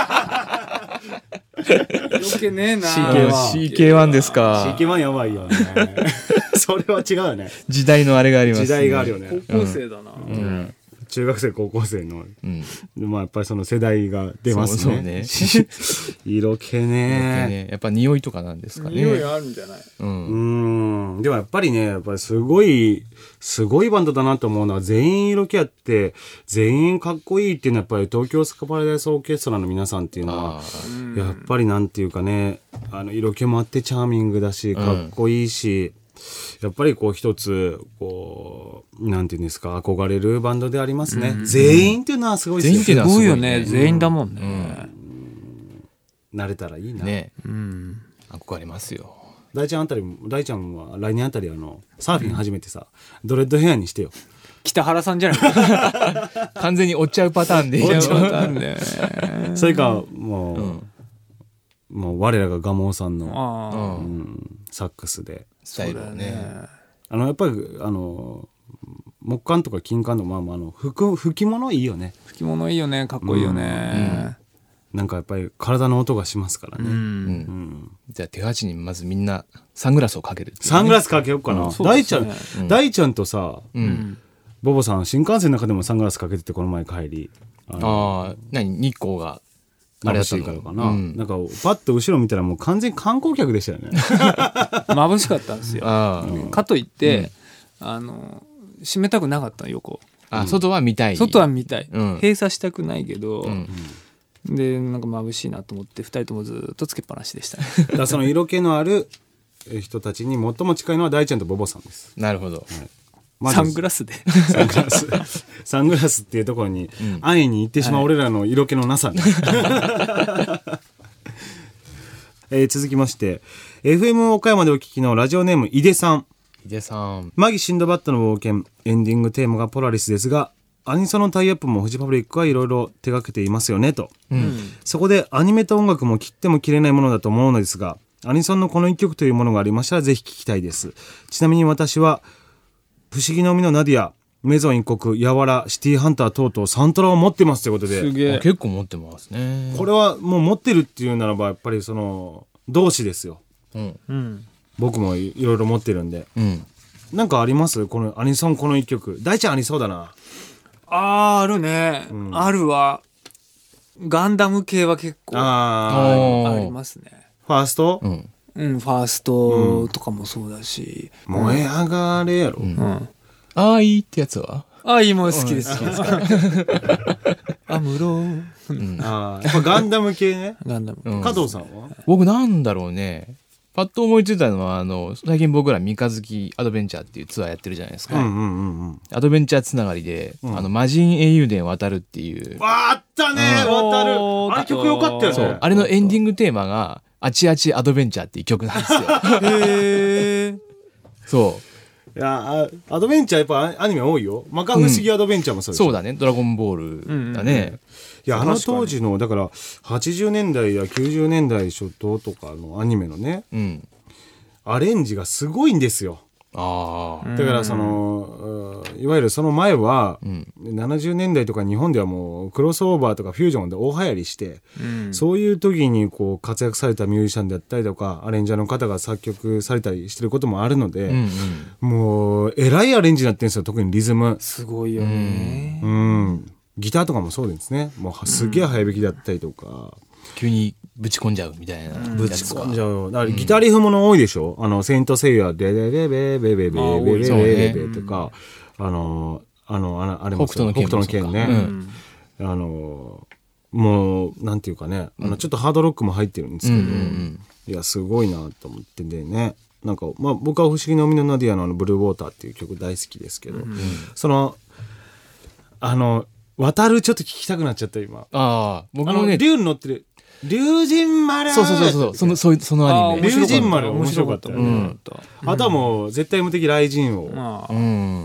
色気ねえな。 シーケーワン シーケーワン ですか。 シーケーワン やばいよねそれは違うよね。 時代のあれがありますね。 時代があるよね。 高校生だな、 うんうん、中学生高校生の、うん、まあやっぱりその世代が出ますね。そうそうね色気 ね, 色気ね。 やっぱ匂いとかなんですかね。 匂いあるんじゃない？ うん、うんでもやっぱりね、やっぱりすごいすごいバンドだなと思うのは、全員色気あって全員かっこいいっていうのはやっぱり東京スカパラダイスオーケストラの皆さんっていうのはやっぱりなんていうかね、あの色気もあってチャーミングだしかっこいいし、うん、やっぱりこう一つこうなんていうんですか、憧れるバンドでありますね、うん、全員っていうのはすごいですよ。 全員っていうのはすごいよね、うん、全員だもんね、 うん、慣れたらいいな、 ね、うん、憧れますよ。 大ちゃんあたりも、大ちゃんは来年あたりあのサーフィン始めてさ、うん、ドレッドヘアにしてよ。 北原さんじゃない完全に追っちゃうパターンで。追っちゃうパターンでそれかもう、うん、もう我らが蒲生さんの、うん、サックスでスタイルをね、 あのやっぱりあの木管とか金管のまあまああの吹吹き物いいよね。 吹き物いいよね、かっこいいよね、 うん、なんかやっぱり体の音がしますからね、うんうん、 じゃあ手八にまずみんなサングラスをかける、ね、 サングラスかけようかな、うん、大ちゃん、うん、大ちゃんとさ、うん、ボボさん新幹線の中でもサングラスかけてて、この前帰りああ何日光があれだったからかな、うん、なんかパッと後ろ見たらもう完全に観光客でしたよね眩しかったんですよ、うん、かといって、うん、あの閉めたくなかったの横。 あ、うん、外は見たい、 外は見たい、うん、閉鎖したくないけど、うんうん、でなんか眩しいなと思ってふたりともずっとつけっぱなしでした、ね、 だからその色気のある人たちに最も近いのは大ちゃんとボボさんです。 なるほど、はい、 ま、サングラスでサングラスサングラスっていうところに安易に行ってしまう俺らの色気のなさ、ね、はいえー、続きまして エフエム 岡山でお聞きのラジオネーム井出さん。 井出さん。 マギシンドバッドの冒険エンディングテーマがポラリスですが、アニソンのタイアップもフジファブリックはいろいろ手掛けていますよねと、うん、そこでアニメと音楽も切っても切れないものだと思うのですが、アニソンのこの一曲というものがありましたらぜひ聞きたいです。ちなみに私は不思議の海のナディア、メゾン一国、ヤワラ、シティハンター等々サントラを持ってますということで。 すげえ。結構持ってますね。 これはもう持ってるっていうならばやっぱりその同志ですよ、うんうん、僕もいろいろ持ってるんで、うん、なんかありますこのアニソンこの一曲。大ちゃんありそうだな。 あーあるね、うん、あるわ。ガンダム系は結構 あ, ありますね。 ファースト、 うんうん、ファーストとかもそうだし、 うん、燃え上がれやろ、うんうん、 あーいいってやつはあーいいも好きです、好きですアムロ、 うん、あやっぱガンダム系ね。 ガンダム、 うん、加藤さんは？ 僕なんだろうね、パッと思いついたのはあの最近僕ら三日月アドベンチャーっていうツアーやってるじゃないですか、うんうんうんうん、アドベンチャーつながりで、うん、あの魔人英雄伝渡るっていうあったね、うん、渡るあれ曲よかったよね。そうあれのエンディングテーマがあちあちアドベンチャーっていう曲なんですよ。へーそういやアドベンチャーやっぱアニメ多いよ。摩訶不思議アドベンチャーもそうでしょ、 うん、そうだね、ドラゴンボールだね、うんうんうん、いやあの当時のだからはちじゅうねんだいやきゅうじゅうねんだい初頭とかのアニメのね、うん、アレンジがすごいんですよ。あだからそのいわゆるその前は、うん、ななじゅうねんだいとか日本ではもうクロスオーバーとかフュージョンで大流行りして、うん、そういう時にこう活躍されたミュージシャンであったりとかアレンジャーの方が作曲されたりしてることもあるので、うんうん、もうえらいアレンジになってるんですよ。特にリズムすごいよね、 うんうん、ギターとかもそうですね。もうすげえ早弾きだったりとか、うん、 急にぶち込んじゃうみたいな、うん、 ぶち込んじゃう。だからギタリフもの多いでしょ、うん、あのセイントセイヤでベベベベベベベベベベベとか、あのあのあれも北斗の拳ね、うん、あのもうなんていうかね、あのちょっとハードロックも入ってるんですけど、うんうんうん、いやすごいなと思ってでね、なんかまあ僕は不思議の海のナディアのあのブルーウォーターっていう曲大好きですけど、うん、そのあの渡るちょっと聞きたくなっちゃった今。ああ僕もね竜に乗ってる龍神丸そうそうそうそうそのそうそのアニメ龍神丸面白かったよね、うん、あとはもう絶対無敵雷神王、うん、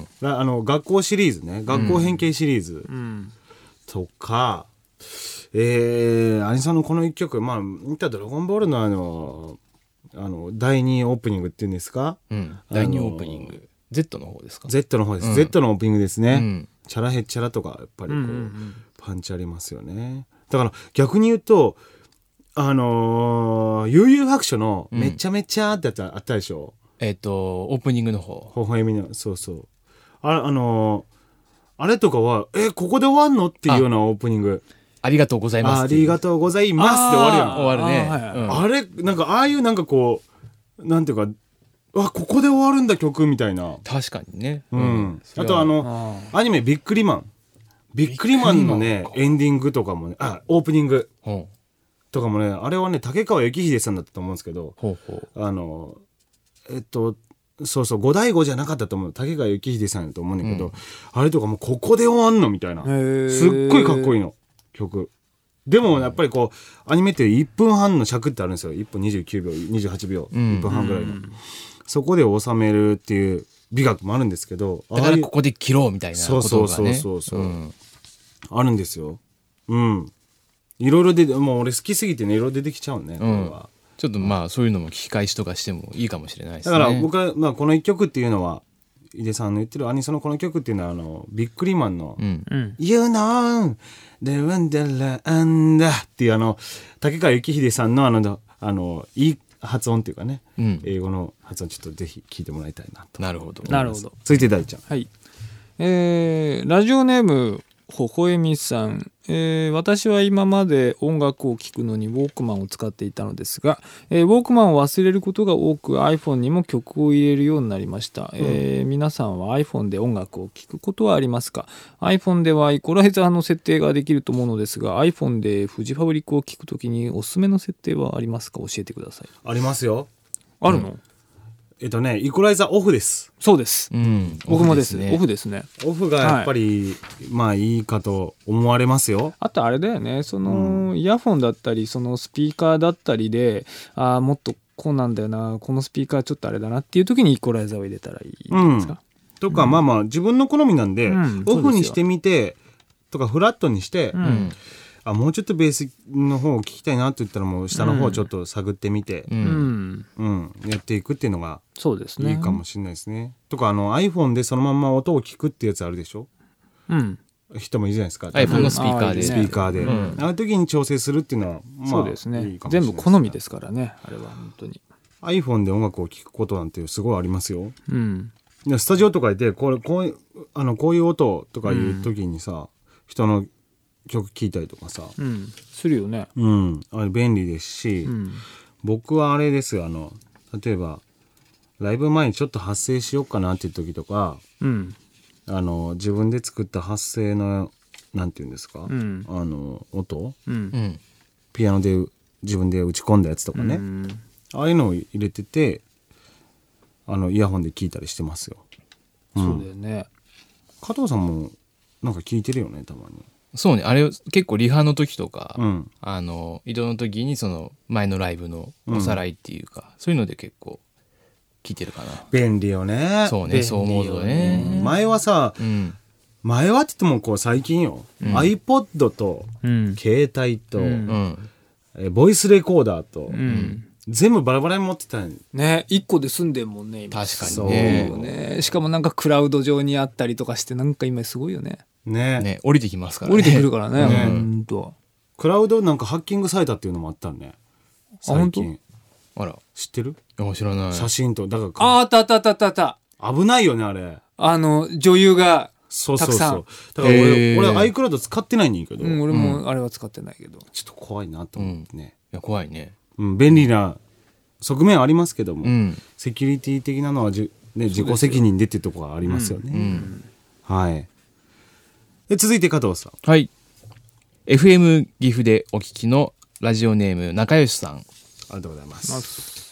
あの学校シリーズね、学校変形シリーズ、うん、とか、えー、アニソンのこの一曲、まあ見たドラゴンボールのあのあのだいにオープニングっていうんですか、 うん、だいにオープニング Z の方ですか？ Z の方です、うん、Z のオープニングですね、うん、チャラヘッチャラとかやっぱりこう、うんうんうん、パンチありますよね。だから逆に言うとあのー、悠々白書のめちゃめちゃってやつあったでしょ、 うん、えっ、ー、とオープニングの方微笑みのそうそうあ、あのー、あれとかはえここで終わんのっていうようなオープニングあ, ありがとうございますありがとうございますって終わるやん。 終わるねあ,、はいうん、あれなんかああいうなんかこうなんていうかあここで終わるんだ曲みたいな。 確かにね、 うんうん、あとあのあアニメビックリマンビックリマンのねエンディングとかもねあオープニング、うんとかもね、あれはね竹川幸秀さんだったと思うんですけど、ほうほうあのえっとそうそう五醍醐じゃなかったと思う、竹川幸秀さんだと思うんだけど、うん、あれとかもうここで終わんのみたいな、すっごいかっこいいの曲でもやっぱりこうアニメっていっぷんはんの尺ってあるんですよ。いっぷんにじゅうきゅうびょうにじゅうはちびょう、うん、いっぷんはんぐらいの、うん、そこで収めるっていう美学もあるんですけど、 だからここで切ろうみたいなことがね、そうそうそうそう、うん、 あるんですよ。うんいろいろ出てもう俺好きすぎてねいろいろ出てきちゃうね、うん、これはちょっとまあそういうのも聞き返しとかしてもいいかもしれないですね。 だから僕は、まあ、この一曲っていうのは井出さんの言ってるアニソンのこの曲っていうのはあのビックリマンの、うん、You know the wonderland っていうあの竹川幸秀さんのあのあのいい発音っていうかね、うん、英語の発音ちょっとぜひ聞いてもらいたいなと。 なるほどなるほど。 続いて大ちゃん、 はいえー、ラジオネームほほえみさん、えー、私は今まで音楽を聴くのにウォークマンを使っていたのですが、えー、ウォークマンを忘れることが多く iPhone にも曲を入れるようになりました、うんえー、皆さんは iPhone で音楽を聴くことはありますか？ iPhone ではイコライザーの設定ができると思うのですが iPhone でフジファブリックを聴くときにおすすめの設定はありますか？教えてください。 ありますよ。 あるの？うんえっとね、イコライザーオフです。 そうです、うん、僕もですねオフですね。 オフがやっぱり、はい、まあいいかと思われますよ。 あとあれだよねその、うん、イヤフォンだったりそのスピーカーだったりであもっとこうなんだよなこのスピーカーちょっとあれだなっていう時にイコライザーを入れたらいいんですか、 うん、とか、うん、まあまあ自分の好みなんで、うん、オフにしてみてとかフラットにして、うんあもうちょっとベースの方を聞きたいなって言ったらもう下の方をちょっと探ってみて、うんうん、やっていくっていうのがいいかもしれないですね。とかあの iPhone でそのまんま音を聞くってやつあるでしょ、うん、人もいいじゃないですか iPhone のスピーカーでスピーカーで、うん、あの時に調整するっていうのは、まあ、 そうですねいいかもしれないです。全部好みですからねあれは本当に iPhone で音楽を聴くことなんてすごいありますよ、うん、スタジオとかでこれこういうあのこういう音とかいう時にさ、うん、人の曲聴いたりとかさ、 うん、するよね、 うん、あれ便利ですし、うん、僕はあれですよあの例えばライブ前にちょっと発声しようかなっていう時とか、うん、あの自分で作った発声のなんていうんですか、 うん、 あの音、 うん、 ピアノで自分で打ち込んだやつとかね、うん、ああいうのを入れててあのイヤホンで聞いたりしてますよ、 うん、そうだよね。 加藤さんもなんか聞いてるよねたまに。 そうね、あれ結構リハの時とか、うん、あの移動の時にその前のライブのおさらいっていうか、うん、そういうので結構聞いてるかな。 便利よね。 そうね、そう思うよね。 前はさ、うん、前はって言ってもこう最近よ、うん、iPod と、うん、携帯と、うん、えボイスレコーダーと、うん、全部バラバラに持ってたんね。一個で済んでんもんね今。 確かにね。 そうね。しかもなんかクラウド上にあったりとかしてなんか今すごいよね。 ねね、降りてきますからね。 降りてくるからね。ね、ほんと。 クラウドなんかハッキングされたっていうのもあったね。最近。 あら、 知ってる？ いや知らない。 写真とだから。 ああったあったあったあったあった。 危ないよねあれ。 あの女優がそうそうそう。だから俺俺 iCloud 使ってないんだけど。 うん、俺もあれは使ってないけど。 ちょっと怖いなと思ってね。 いや怖いね。 うん、便利な側面ありますけども、セキュリティ的なのはじね自己責任でっていうところがありますよね。はい。で続いて加藤さん。 はい。エフエム 岐阜でお聞きのラジオネーム仲良しさん。ありがとうございます。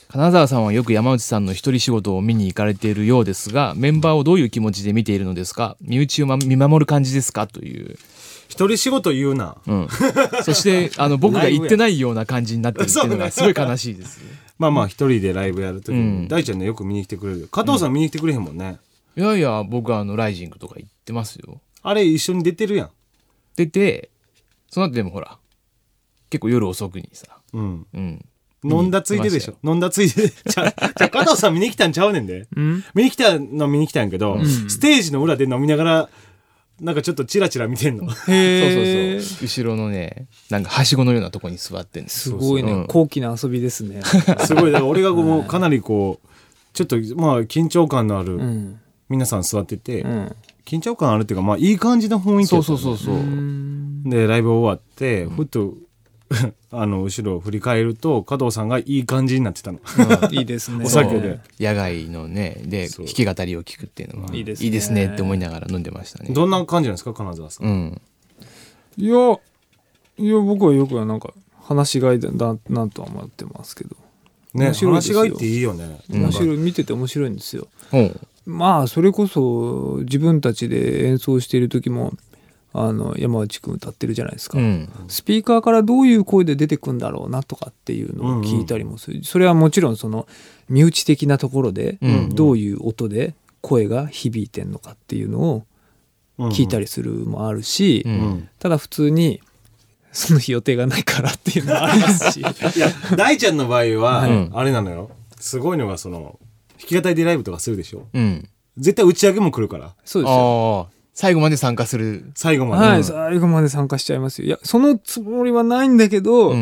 金沢さんはよく山内さんの一人仕事を見に行かれているようですが、メンバーをどういう気持ちで見ているのですか？身内を見守る感じですか？という。 一人仕事言うな。 うん。そしてあの僕が言ってないような感じになってるっていうのがすごい悲しいです。 まあまあ一人でライブやるときに、うん、大ちゃんねよく見に来てくれる。加藤さん見に来てくれへんもんね。 うん、いやいや僕はあのライジングとか行ってますよ。 あれ一緒に出てるやん。 出てその後でもほら結構夜遅くにさ、 うんうん、飲んだついででしょ。飲んだついでじゃあ加藤さん見に来たんちゃうねんで、うん、見に来たの見に来たんやけど、うん、ステージの裏で飲みながらなんかちょっとチラチラ見てんの。 へそうそうそう後ろのねなんかはしごのようなとこに座ってんです。 すごいね、うん、高貴な遊びですね。 すごいだから俺がもうかなりこうちょっとまあ緊張感のある、うん、皆さん座ってて、うん、緊張感あるっていうかまあいい感じの雰囲気だった、ね、 そうそうそうそうでライブ終わってふっとあの後ろを振り返ると加藤さんがいい感じになってたの、 うん、いいですね。 お酒で野外のねで弾き語りを聞くっていうのはいいですね、いいですねって思いながら飲んでましたね。 どんな感じなんですか金沢さん、うん、 いやいや僕はよくなんか話しがいだなとは思ってますけどね、話しがいっていいよね。 面白い、見てて面白いんですよ、うん、まあそれこそ自分たちで演奏している時もあの山内くん歌ってるじゃないですか、うん、スピーカーからどういう声で出てくんだろうなとかっていうのを聞いたりもする、うんうん、それはもちろんその身内的なところでどういう音で声が響いてんのかっていうのを聞いたりするもあるし、うんうん、ただ普通にその日予定がないからっていうのもありますしいや大ちゃんの場合は、はい、あれなのよすごいのがその弾き語りでライブとかするでしょ、うん、絶対打ち上げも来るから。 そうですよ。 最後まで参加する。 最後まで、 はい、最後まで参加しちゃいますよ。いやそのつもりはないんだけど、うん、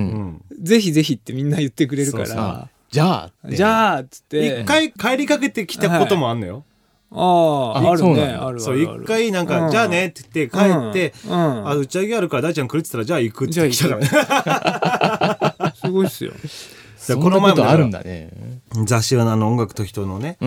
ぜひぜひってみんな言ってくれるからそうそうじゃあじゃあっつって一回帰りかけてきたこともあんのよ、 はい、あああるねあるそう一回なんか、うん、じゃあねって言って帰って、うんうん、あ打ち上げあるから大ちゃん来るって言ったらじゃあ行くって言ってきたからすごいっすよ。 この前もあるんだね。 雑誌はあの音楽と人のね、うん、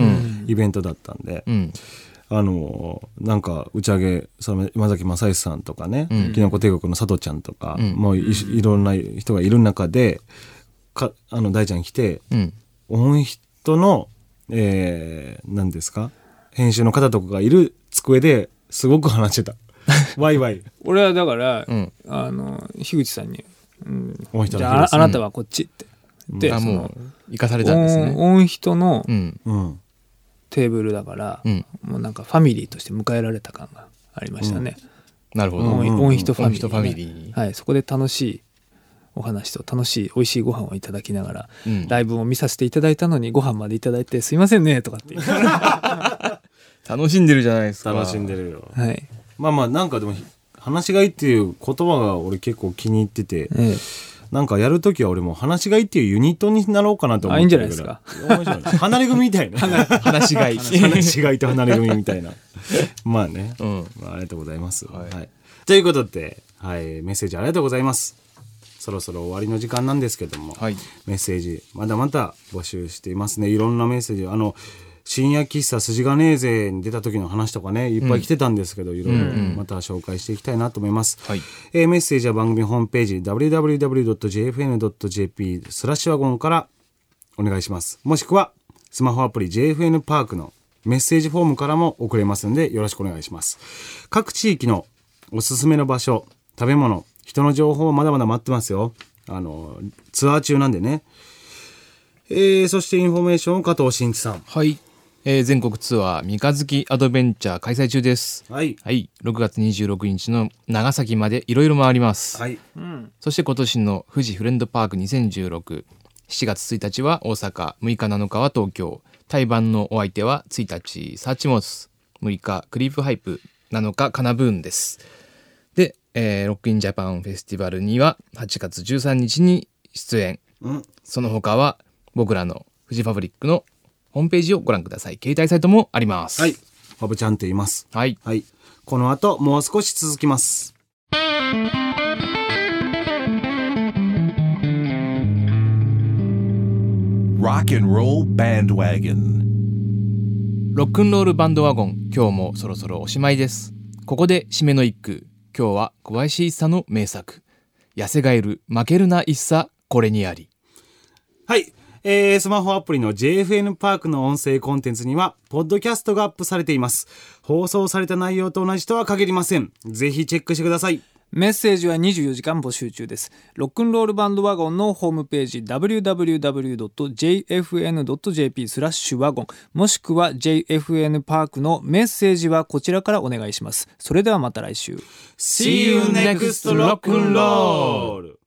イベントだったんで、うん、あのなんか打ち上げ今崎正義さんとかね、うん、きのこ帝国の佐藤ちゃんとか、うん、もう い, いろんな人がいる中でかあの大ちゃん来て、うん、音人の、えー、何ですか編集の方とかがいる机ですごく話してたワイワイ俺はだから、うん、あの樋口さんに、うん、じゃ あ, あなたはこっちって、 うん、でもう生かされたんですね。 音人のテーブルだから、うん、もうなんかファミリーとして迎えられた感がありましたね、 うん、なるほど。 音人ファミリー、ね、 ファミリー、 はい、そこで楽しいお話と楽しい美味しいご飯をいただきながら、うん、ライブを見させていただいたのにご飯までいただいてすいませんねとかって楽しんでるじゃないですか。 楽しんでるよ、 はい、 まあまあなんかでも話しがいっていう言葉が俺結構気に入ってて、ええ、なんかやるときは俺も話しがいっていうユニットになろうかなと思ってるけど、 あ、いいんじゃないですか。 離れ組みたいな話しがい話しがいと離れ組みたいなまあね、うん、まあ、ありがとうございます、はいはい、ということで、はい、メッセージありがとうございます。そろそろ終わりの時間なんですけども、はい、メッセージまだまだ募集していますね。いろんなメッセージあの深夜喫茶筋金勢に出た時の話とかねいっぱい来てたんですけど、うん、いろいろまた紹介していきたいなと思います、はい。えー、メッセージは番組ホームページ ダブリューダブリューダブリュードットジェイエフエヌドットジェーピー スラッシュワゴンからお願いします。もしくはスマホアプリ ジェイエフエヌ パークのメッセージフォームからも送れますのでよろしくお願いします。各地域のおすすめの場所、食べ物、人の情報まだまだ待ってますよ。あのツアー中なんでね。えー、そしてインフォメーションを加藤真一さん。 はい、えー、全国ツアー三日月アドベンチャー開催中です。 はい、 はい、ろくがつにじゅうろくにちの長崎までいろいろ回ります。 はい、 うん、そして今年の富士フレンドパークにせんじゅうろく、しちがつついたちは大阪、むいかなのかは東京、対バンのお相手はついたちサーチモス、むいかクリープハイプ、なのかカナブーンです。で、えー、ロックインジャパンフェスティバルにははちがつじゅうさんにちに出演、うん、その他は僕らのフジファブリックのホームページをご覧ください。携帯サイトもあります。 はい、ファブちゃんと言います。 はい、 はい、この後もう少し続きます。 Rock and Roll Bandwagon。 ロックンロールバンドワゴン、今日もそろそろおしまいです。ここで締めの一句。今日は小林一茶の名作、痩せガエル負けるな一茶これにあり。 はい、えー、スマホアプリの ジェイエフエヌ パークの音声コンテンツにはポッドキャストがアップされています。放送された内容と同じとは限りません。ぜひチェックしてください。 メッセージはにじゅうよじかん募集中です。ロックンロールバンドワゴンのホームページ ダブリューダブリューダブリュードットジェイエフエヌドットジェーピー スラッシュワゴン、もしくは ジェイエフエヌ パークのメッセージはこちらからお願いします。それではまた来週。 See you next rock and roll。